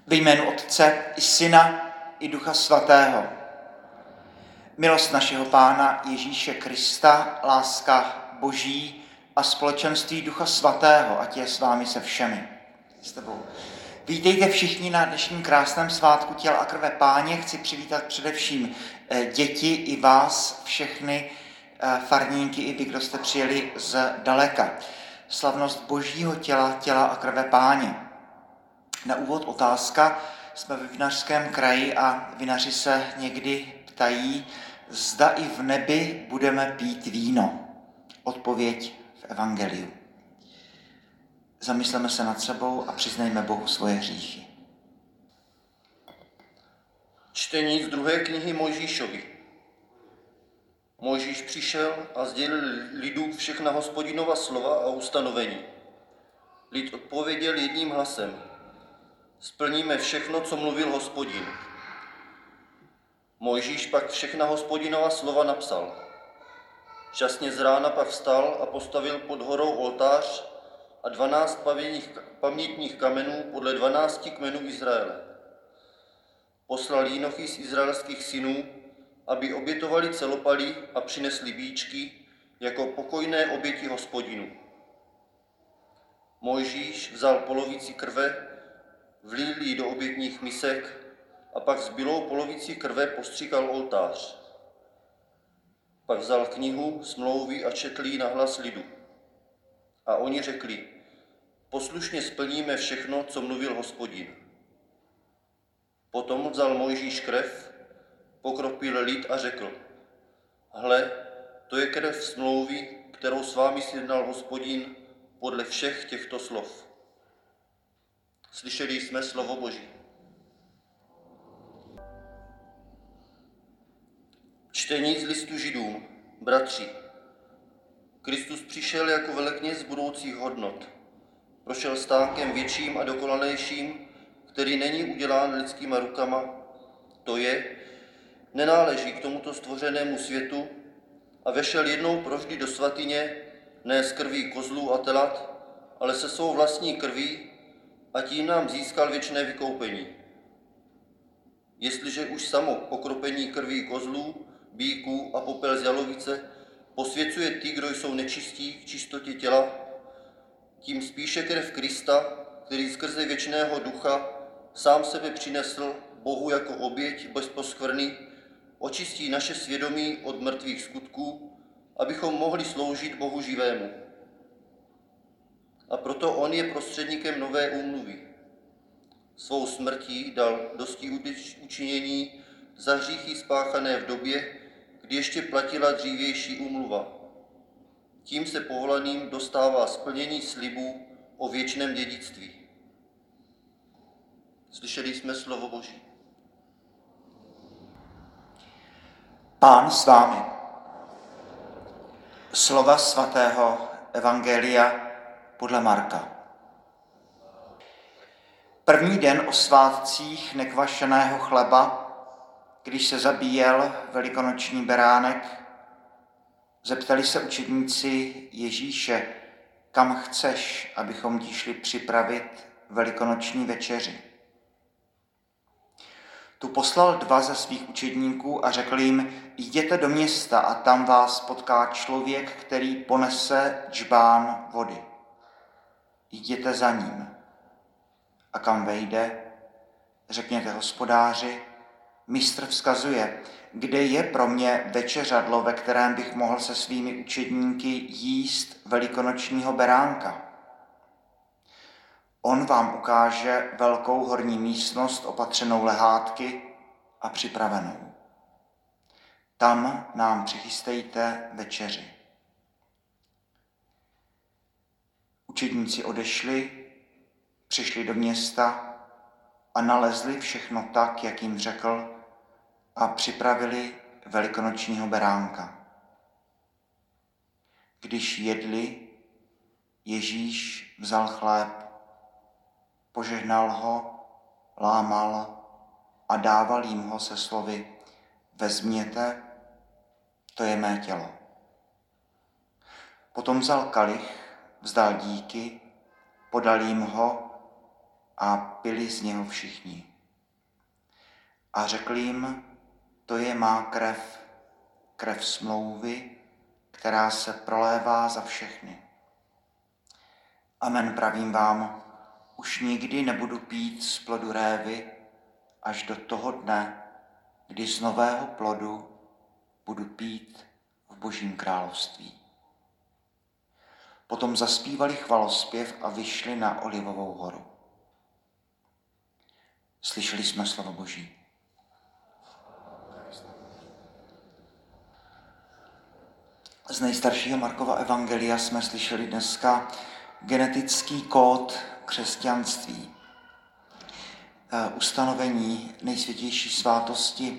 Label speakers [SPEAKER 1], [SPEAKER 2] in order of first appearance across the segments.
[SPEAKER 1] Ve jménu Otce i Syna i Ducha Svatého. Milost našeho Pána Ježíše Krista, láska Boží a společenství Ducha Svatého, ať je s vámi se všemi. S tebou. Vítejte všichni na dnešním krásném svátku těla a krve Páně. Chci přivítat především děti i vás, všechny farníky, i vy, kdo jste přijeli z daleka. Slavnost Božího těla a krve Páně. Na úvod otázka. Jsme ve vinařském kraji a vinaři se někdy ptají, zda i v nebi budeme pít víno. Odpověď v evangeliu. Zamysleme se nad sebou a přiznejme Bohu svoje hříchy.
[SPEAKER 2] Čtení z druhé knihy Mojžíšovi. Mojžíš přišel a sdělil lidu všechna Hospodinova slova a ustanovení. Lid odpověděl jedním hlasem. Splníme všechno, co mluvil Hospodin. Mojžíš pak všechna Hospodinova slova napsal. Časně z rána pak vstal a postavil pod horou oltář a 12 pamětních kamenů podle 12 kmenů Izraele. Poslal jínochy z izraelských synů, aby obětovali celopaly a přinesli víčky jako pokojné oběti Hospodinu. Mojžíš vzal polovici krve, vlil ji do obětních misek a pak zbylou polovici krve postříkal oltář. Pak vzal knihu smlouvy a četl ji na hlas lidu. A oni řekli, poslušně splníme všechno, co mluvil Hospodin. Potom vzal Mojžíš krev, pokropil lid a řekl, hle, to je krev smlouvy, kterou s vámi sjednal Hospodin podle všech těchto slov. Slyšeli jsme slovo Boží. Čtení z listu Židům. Bratři, Kristus přišel jako velekněz budoucích hodnot. Prošel stánkem větším a dokonalejším, který není udělán lidskýma rukama, to je, nenáleží k tomuto stvořenému světu a vešel jednou provždy do svatyně, ne z krví kozlů a telat, ale se svou vlastní krví, a tím nám získal věčné vykoupení. Jestliže už samo pokropení krví kozlů, býků a popel z jalovice posvěcuje ty, kdo jsou nečistí k čistotě těla, tím spíše krev Krista, který skrze věčného ducha sám sebe přinesl Bohu jako oběť bez poskvrny, očistí naše svědomí od mrtvých skutků, abychom mohli sloužit Bohu živému. A proto on je prostředníkem nové úmluvy. Svou smrtí dal dosti učinění za hříchy spáchané v době, kdy ještě platila dřívější úmluva. Tím se povolaným dostává splnění slibů o věčném dědictví. Slyšeli jsme slovo Boží.
[SPEAKER 1] Pán s vámi. Slova svatého evangelia podle Marka. První den o svátcích nekvašeného chleba, když se zabíjel velikonoční beránek, zeptali se učedníci Ježíše, kam chceš, abychom ti šli připravit velikonoční večeři. Tu poslal 2 ze svých učedníků a řekl jim, jděte do města a tam vás potká člověk, který ponese džbán vody. Jděte za ním. A kam vejde, řekněte hospodáři, mistr vzkazuje, kde je pro mě večeřadlo, ve kterém bych mohl se svými učedníky jíst velikonočního beránka. On vám ukáže velkou horní místnost opatřenou lehátky a připravenou. Tam nám přichystejte večeři. Učedníci odešli, přišli do města a nalezli všechno tak, jak jim řekl, a připravili velikonočního beránka. Když jedli, Ježíš vzal chléb, požehnal ho, lámal a dával jim ho se slovy, vezměte, to je mé tělo. Potom vzal kalich, vzdal díky, podal jim ho a pili z něho všichni. A řekl jim, to je má krev, krev smlouvy, která se prolévá za všechny. Amen, pravím vám, už nikdy nebudu pít z plodu révy až do toho dne, kdy z nového plodu budu pít v Božím království. Potom zaspívali chvalospěv a vyšli na Olivovou horu. Slyšeli jsme slovo Boží. Z nejstaršího Markova evangelia jsme slyšeli dneska genetický kód křesťanství. Ustanovení nejsvětější svátosti,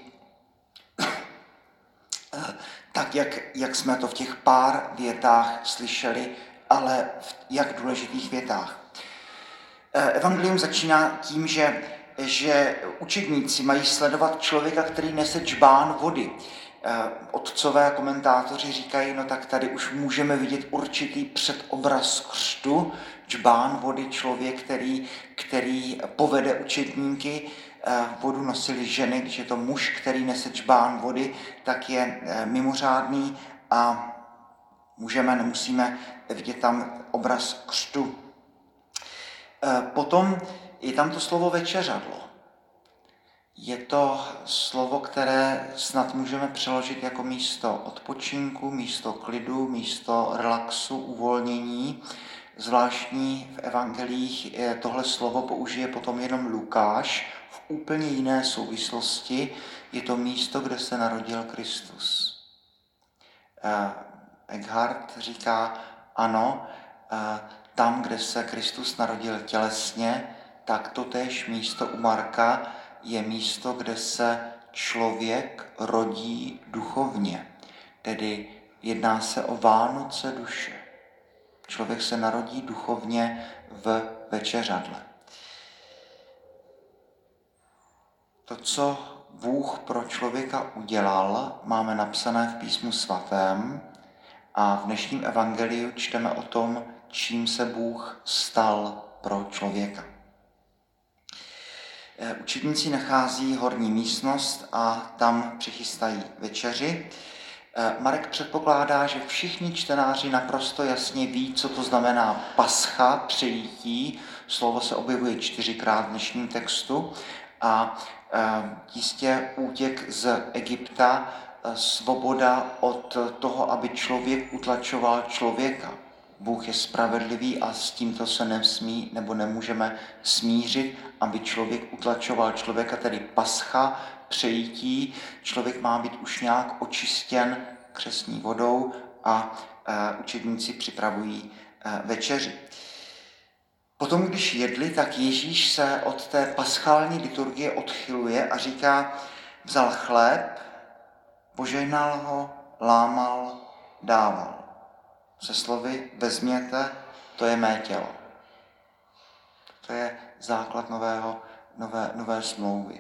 [SPEAKER 1] tak jak jsme to v těch pár větách slyšeli, ale v jak důležitých větách. Evangelium začíná tím, že učedníci mají sledovat člověka, který nese džbán vody. Otcové komentátoři říkají, no tak tady už můžeme vidět určitý předobraz křtu, džbán vody, člověk, který povede učedníky. Vodu nosili ženy, když je to muž, který nese džbán vody, tak je mimořádný a nemusíme vidět tam obraz křtu. Potom je tam to slovo večeřadlo. Je to slovo, které snad můžeme přeložit jako místo odpočinku, místo klidu, místo relaxu, uvolnění. Zvláštní v evangelích tohle slovo použije potom jenom Lukáš v úplně jiné souvislosti. Je to místo, kde se narodil Kristus. Eckhart říká, ano, tam, kde se Kristus narodil tělesně, tak totéž místo u Marka je místo, kde se člověk rodí duchovně. Tedy jedná se o Vánoce duše. Člověk se narodí duchovně v večeřadle. To, co Bůh pro člověka udělal, máme napsané v Písmu svatém a v dnešním evangeliu čteme o tom, čím se Bůh stal pro člověka. Učedníci nachází horní místnost a tam přichystají večeři. Marek předpokládá, že všichni čtenáři naprosto jasně ví, co to znamená pascha, přejítí. Slovo se objevuje 4krát v dnešním textu a jistě útěk z Egypta, svoboda od toho, aby člověk utlačoval člověka. Bůh je spravedlivý a s tímto se nesmí nebo nemůžeme smířit, aby člověk utlačoval člověka, tedy pascha, přejítí. Člověk má být už nějak očištěn křestní vodou a učedníci připravují večeři. Potom, když jedli, tak Ježíš se od té paschální liturgie odchyluje a říká, vzal chléb, požehnal ho, lámal, dával. Se slovy, vezměte, to je mé tělo. To je základ nové smlouvy.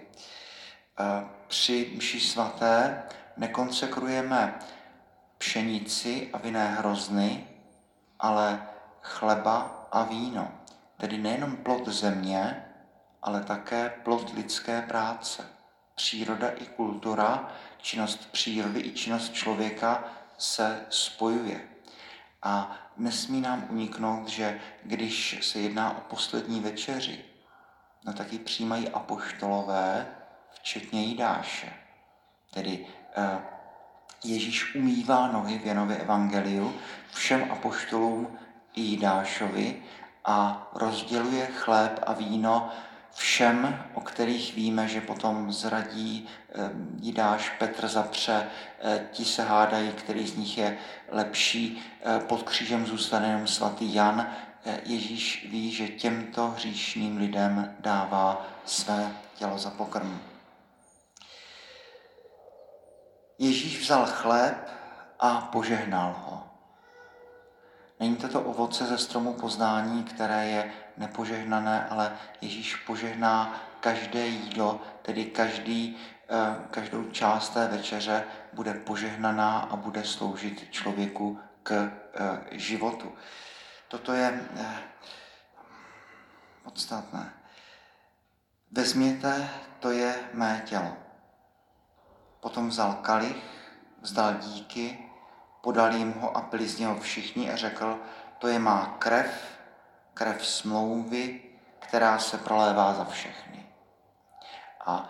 [SPEAKER 1] Při mši svaté nekonsekrujeme pšenici a vinné hrozny, ale chleba a víno. Tedy nejenom plod země, ale také plod lidské práce. Příroda i kultura, činnost přírody i činnost člověka se spojuje. A nesmí nám uniknout, že když se jedná o poslední večeři, no tak ji přijímají apoštolové, včetně Jidáše. Tedy Ježíš umývá nohy v Janově evangeliu všem apoštolům i Jidášovi a rozděluje chléb a víno všem, o kterých víme, že potom zradí Jidáš, Petr zapře, ti se hádají, který z nich je lepší, pod křížem zůstane jenom svatý Jan. Ježíš ví, že těmto hříšným lidem dává své tělo za pokrm. Ježíš vzal chléb a požehnal ho. Není to ovoce ze stromu poznání, které je nepožehnané, ale Ježíš požehná každé jídlo, tedy každou část té večeře bude požehnaná a bude sloužit člověku k životu. Toto je podstatné. vezměte, to je mé tělo. Potom vzal kalich, vzdal díky, podal jim ho a pili z něho všichni a řekl, to je má krev, krev smlouvy, která se prolévá za všechny. A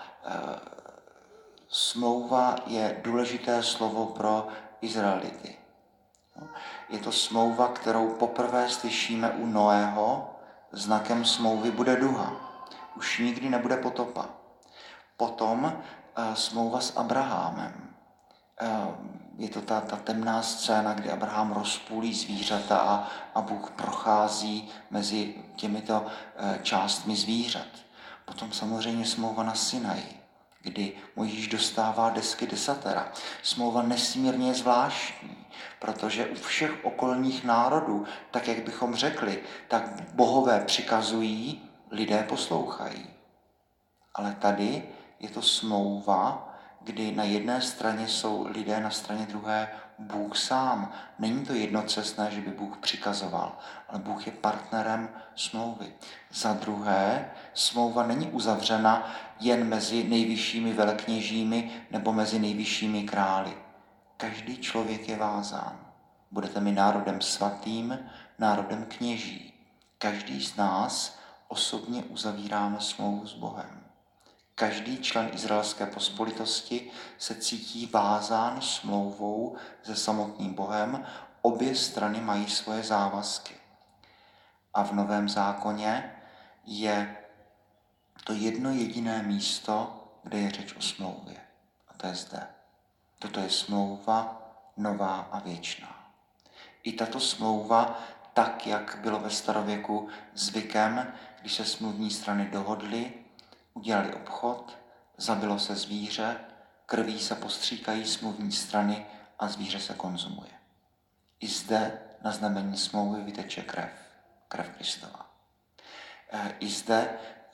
[SPEAKER 1] smlouva je důležité slovo pro Izraelity. Je to smlouva, kterou poprvé slyšíme u Noého, znakem smlouvy bude duha. Už nikdy nebude potopa. Potom smlouva s Abrahamem. Je to ta temná scéna, kdy Abraham rozpůlí zvířata a Bůh prochází mezi těmito částmi zvířat. Potom samozřejmě smlouva na Sinaji, kdy Mojžíš dostává desky desatera. Smlouva nesmírně zvláštní, protože u všech okolních národů, tak jak bychom řekli, tak bohové přikazují, lidé poslouchají. Ale tady je to smlouva, kdy na jedné straně jsou lidé, na straně druhé Bůh sám. Není to jednocestné, že by Bůh přikazoval, ale Bůh je partnerem smlouvy. Za druhé, smlouva není uzavřena jen mezi nejvyššími velekněžími nebo mezi nejvyššími králi. Každý člověk je vázán. Budete mi národem svatým, národem kněží. Každý z nás osobně uzavíráme smlouvu s Bohem. Každý člen izraelské pospolitosti se cítí vázán smlouvou se samotným Bohem, obě strany mají svoje závazky. A v Novém zákoně je to jedno jediné místo, kde je řeč o smlouvě. A to je zde. Toto je smlouva nová a věčná. I tato smlouva, tak jak bylo ve starověku zvykem, když se smluvní strany dohodly, udělali obchod, zabilo se zvíře, krví se postříkají smluvní strany a zvíře se konzumuje. I zde na znamení smlouvy vyteče krev, krev Kristova. I zde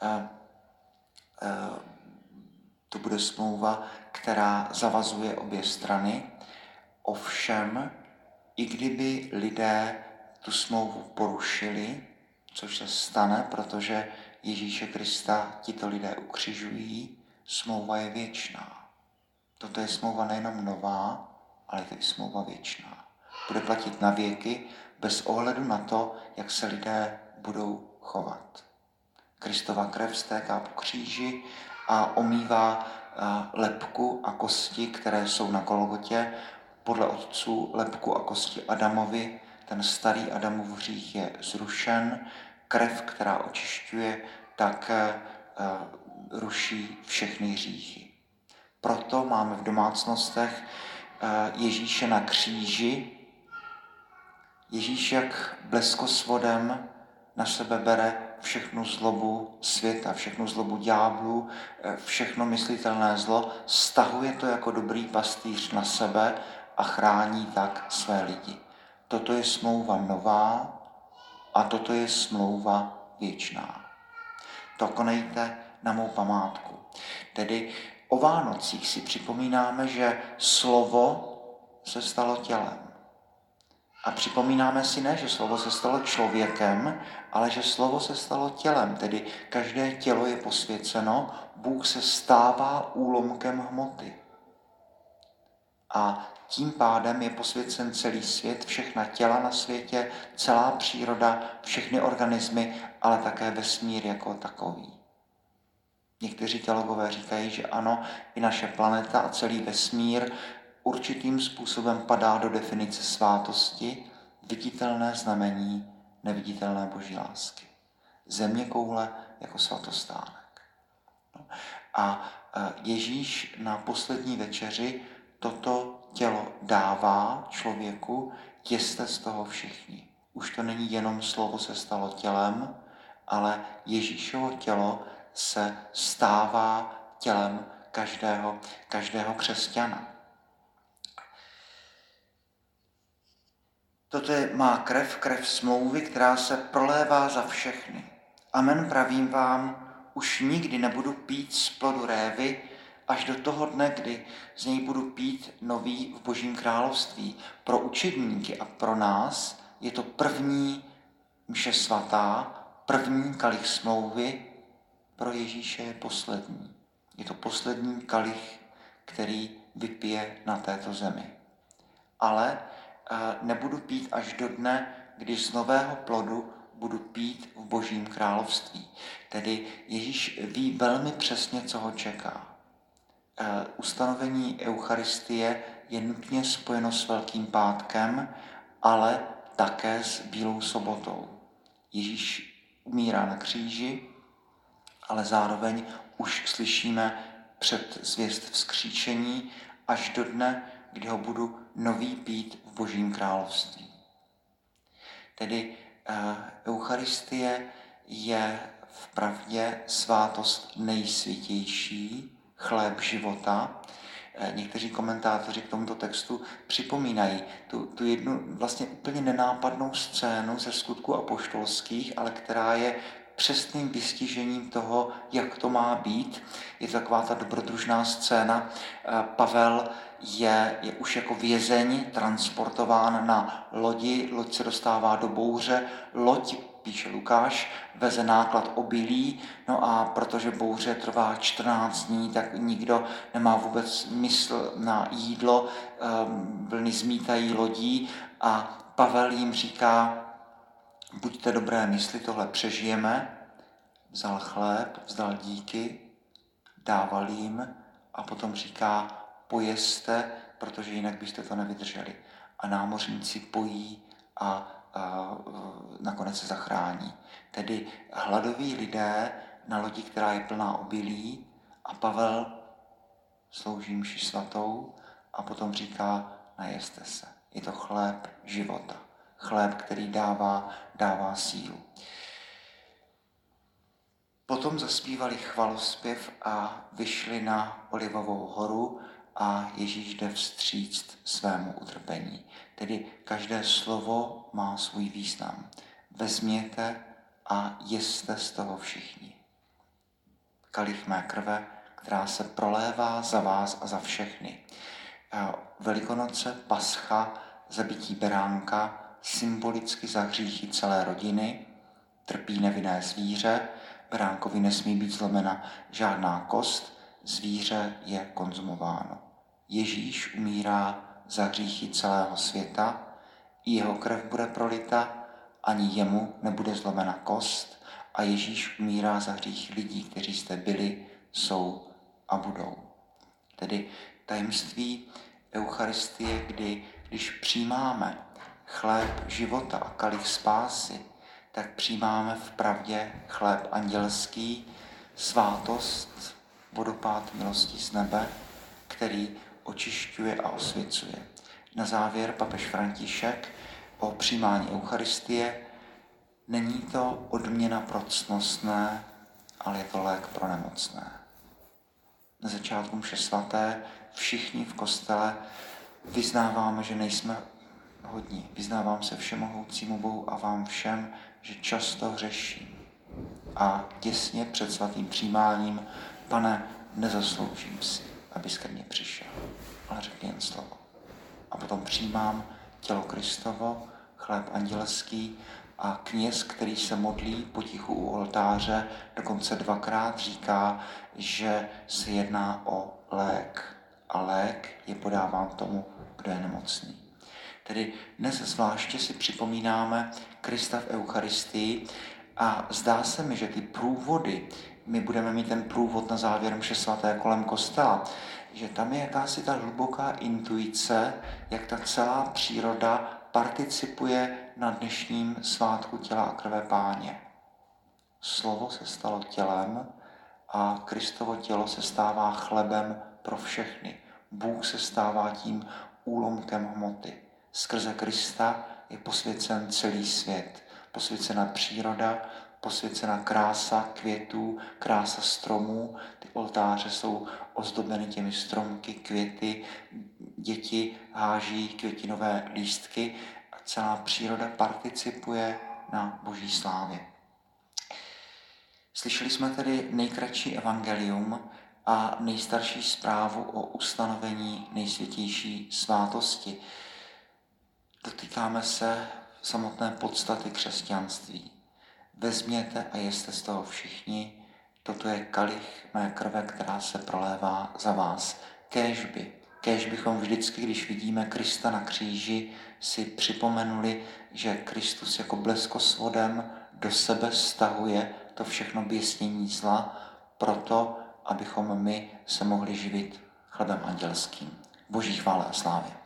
[SPEAKER 1] to bude smlouva, která zavazuje obě strany, ovšem, i kdyby lidé tu smlouvu porušili, což se stane, protože Ježíše Krista tito lidé ukřižují, smlouva je věčná. Toto je smlouva nejenom nová, ale je to i smlouva věčná. Bude platit na věky, bez ohledu na to, jak se lidé budou chovat. Kristova krev stéká po kříži a omývá lebku a kosti, které jsou na Golgotě. Podle otců lebku a kosti Adamovi, ten starý Adamův hřích je zrušen. Krev, která očišťuje, tak ruší všechny hříchy. Proto máme v domácnostech Ježíše na kříži. Ježíš jak bleskosvodem na sebe bere všechnu zlobu světa, všechnu zlobu ďáblů, všechno myslitelné zlo, stahuje to jako dobrý pastýř na sebe a chrání tak své lidi. Toto je smlouva nová a toto je smlouva věčná. To konejte na mou památku. Tedy o Vánocích si připomínáme, že slovo se stalo tělem. A připomínáme si ne, že slovo se stalo člověkem, ale že slovo se stalo tělem, tedy každé tělo je posvěceno, Bůh se stává úlomkem hmoty. A tím pádem je posvěcen celý svět, všechna těla na světě, celá příroda, všechny organismy, ale také vesmír jako takový. Někteří teologové říkají, že ano, i naše planeta a celý vesmír určitým způsobem padá do definice svátosti, viditelné znamení neviditelné boží lásky. Zeměkoule jako svatostánek. A Ježíš na poslední večeři toto tělo dává člověku, jeste z toho všichni. Už to není jenom slovo se stalo tělem, ale Ježíšovo tělo se stává tělem každého křesťana. Toto je má krev, krev smlouvy, která se prolévá za všechny. Amen, pravím vám, už nikdy nebudu pít z plodu révy, až do toho dne, kdy z něj budu pít nový v Božím království. Pro učedníky a pro nás je to první mše svatá, první kalich smlouvy, pro Ježíše je poslední. Je to poslední kalich, který vypije na této zemi. Ale nebudu pít až do dne, když z nového plodu budu pít v Božím království. Tedy Ježíš ví velmi přesně, co ho čeká. Ustanovení Eucharistie je nutně spojeno s Velkým pátkem, ale také s Bílou sobotou. Ježíš umírá na kříži, ale zároveň už slyšíme předzvěst vzkříšení až do dne, kdy ho budu nový pít v Božím království. Tedy Eucharistie je vpravdě svátost nejsvětější, chléb života. Někteří komentátoři k tomuto textu připomínají tu jednu vlastně úplně nenápadnou scénu ze Skutků apoštolských, ale která je přesným vystižením toho, jak to má být. Je to taková ta dobrodružná scéna. Pavel je už jako vězeň transportován na lodi, loď se dostává do bouře, loď, píše Lukáš, veze náklad obilí, no a protože bouře trvá 14 dní, tak nikdo nemá vůbec mysl na jídlo, vlny zmítají lodí a Pavel jim říká, buďte dobré mysli, tohle přežijeme, vzal chléb, vzdal díky, dával jim a potom říká, pojezte, protože jinak byste to nevydrželi. A námořníci pojí a nakonec se zachrání. Tedy hladoví lidé na lodi, která je plná obilí a Pavel slouží mši svatou a potom říká, najeste se. Je to chléb života. Chléb, který dává sílu. Potom zaspívali chvalospěv a vyšli na Olivovou horu a Ježíš jde vstříct svému utrpení. Tedy každé slovo má svůj význam. Vezměte a jeste z toho všichni. Kalich mé krve, která se prolévá za vás a za všechny. Velikonoce, pascha, zabití beránka, symbolicky za hříchy celé rodiny, trpí nevinné zvíře, beránkovi nesmí být zlomena žádná kost, zvíře je konzumováno. Ježíš umírá za hříchy celého světa, i jeho krev bude prolita, ani jemu nebude zlomena kost a Ježíš umírá za hřích lidí, kteří zde byli, jsou a budou. Tedy tajemství Eucharistie, když přijímáme chléb života a kalich spásy, tak přijímáme vpravdě chléb andělský, svátost, vodopád milosti z nebe, který očišťuje a osvěcuje. Na závěr papež František o přijímání Eucharistie: není to odměna pro ctnostné, ale je to lék pro nemocné. Na začátku mše svaté všichni v kostele vyznáváme, že nejsme hodní. Vyznávám se všemohoucímu Bohu a vám všem, že často hřeším. A těsně před svatým přijímáním: Pane, nezasloužím si, abys ke mně přišel, ale řekni jen slovo. A potom přijímám tělo Kristovo, chléb andělský, a kněz, který se modlí potichu u oltáře, dokonce 2krát říká, že se jedná o lék. A lék je podáván tomu, kdo je nemocný. Tedy dnes zvláště si připomínáme Krista v Eucharistii a zdá se mi, že ty průvody, my budeme mít ten průvod na závěr mše svaté kolem kostela, že tam je jakási ta hluboká intuice, jak ta celá příroda participuje na dnešním svátku těla a krve Páně. Slovo se stalo tělem a Kristovo tělo se stává chlebem pro všechny. Bůh se stává tím úlomkem hmoty. Skrze Krista je posvěcen celý svět. Posvěcena příroda, posvěcena krása květů, krása stromů. Ty oltáře jsou ozdobeny těmi stromky, květy, děti háží květinové lístky a celá příroda participuje na Boží slávě. Slyšeli jsme tedy nejkratší evangelium a nejstarší zprávu o ustanovení nejsvětější svátosti. Dotýkáme se samotné podstaty křesťanství. Vezměte a jeste z toho všichni, Toto je kalich mé krve, která se prolévá za vás. Kéž bychom vždycky, když vidíme Krista na kříži, si připomenuli, že Kristus jako bleskosvodem do sebe stahuje to všechno běsnění zla, proto, abychom my se mohli živit chlebem andělským. Boží chvále a slávě.